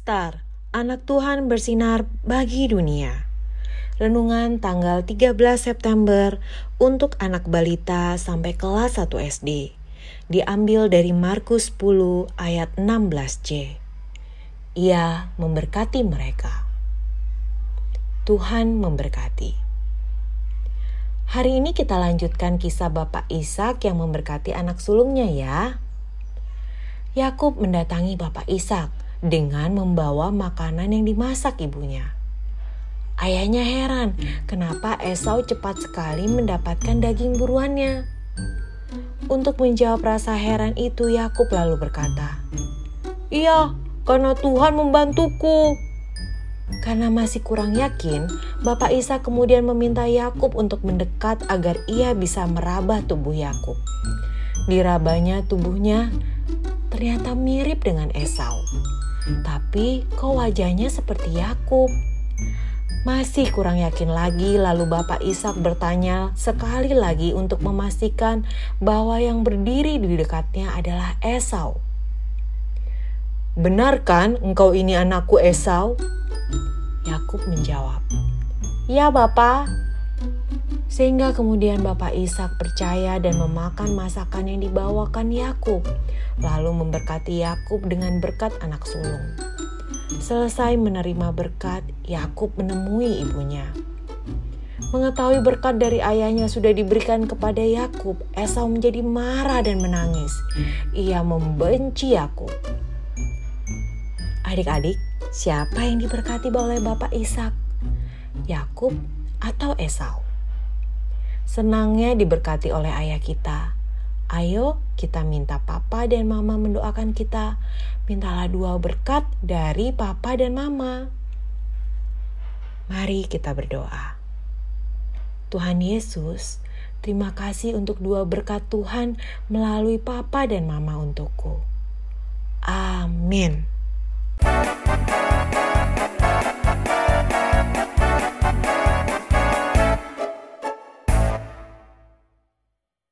Star, anak Tuhan bersinar bagi dunia. Renungan tanggal 13 September untuk anak balita sampai kelas 1 SD. Diambil dari Markus 10 ayat 16c. Ia memberkati mereka. Tuhan memberkati. Hari ini kita lanjutkan kisah Bapak Ishak yang memberkati anak sulungnya ya. Yakub mendatangi Bapak Ishak dengan membawa makanan yang dimasak ibunya. Ayahnya heran kenapa Esau cepat sekali mendapatkan daging buruannya. Untuk menjawab rasa heran itu, Yakub lalu berkata, "Iya, karena Tuhan membantuku." Karena masih kurang yakin, Bapak Ishak kemudian meminta Yakub untuk mendekat agar ia bisa meraba tubuh Yakub. Dirabanya tubuhnya ternyata mirip dengan Esau. Tapi kok wajahnya seperti Yakub? Masih kurang yakin lagi, lalu Bapak Ishak bertanya sekali lagi untuk memastikan bahwa yang berdiri di dekatnya adalah Esau. "Benar kan engkau ini anakku Esau?" Yakub menjawab, "Ya Bapak." Sehingga kemudian Bapak Ishak percaya dan memakan masakan yang dibawakan Yakub, lalu memberkati Yakub dengan berkat anak sulung. Selesai menerima berkat, Yakub menemui ibunya. Mengetahui berkat dari ayahnya sudah diberikan kepada Yakub, Esau menjadi marah dan menangis. Ia membenci Yakub. Adik-adik, siapa yang diberkati oleh Bapak Ishak? Yakub atau Esau? Senangnya diberkati oleh ayah kita. Ayo kita minta papa dan mama mendoakan kita. Mintalah dua berkat dari papa dan mama. Mari kita berdoa. Tuhan Yesus, terima kasih untuk dua berkat Tuhan melalui papa dan mama untukku. Amin.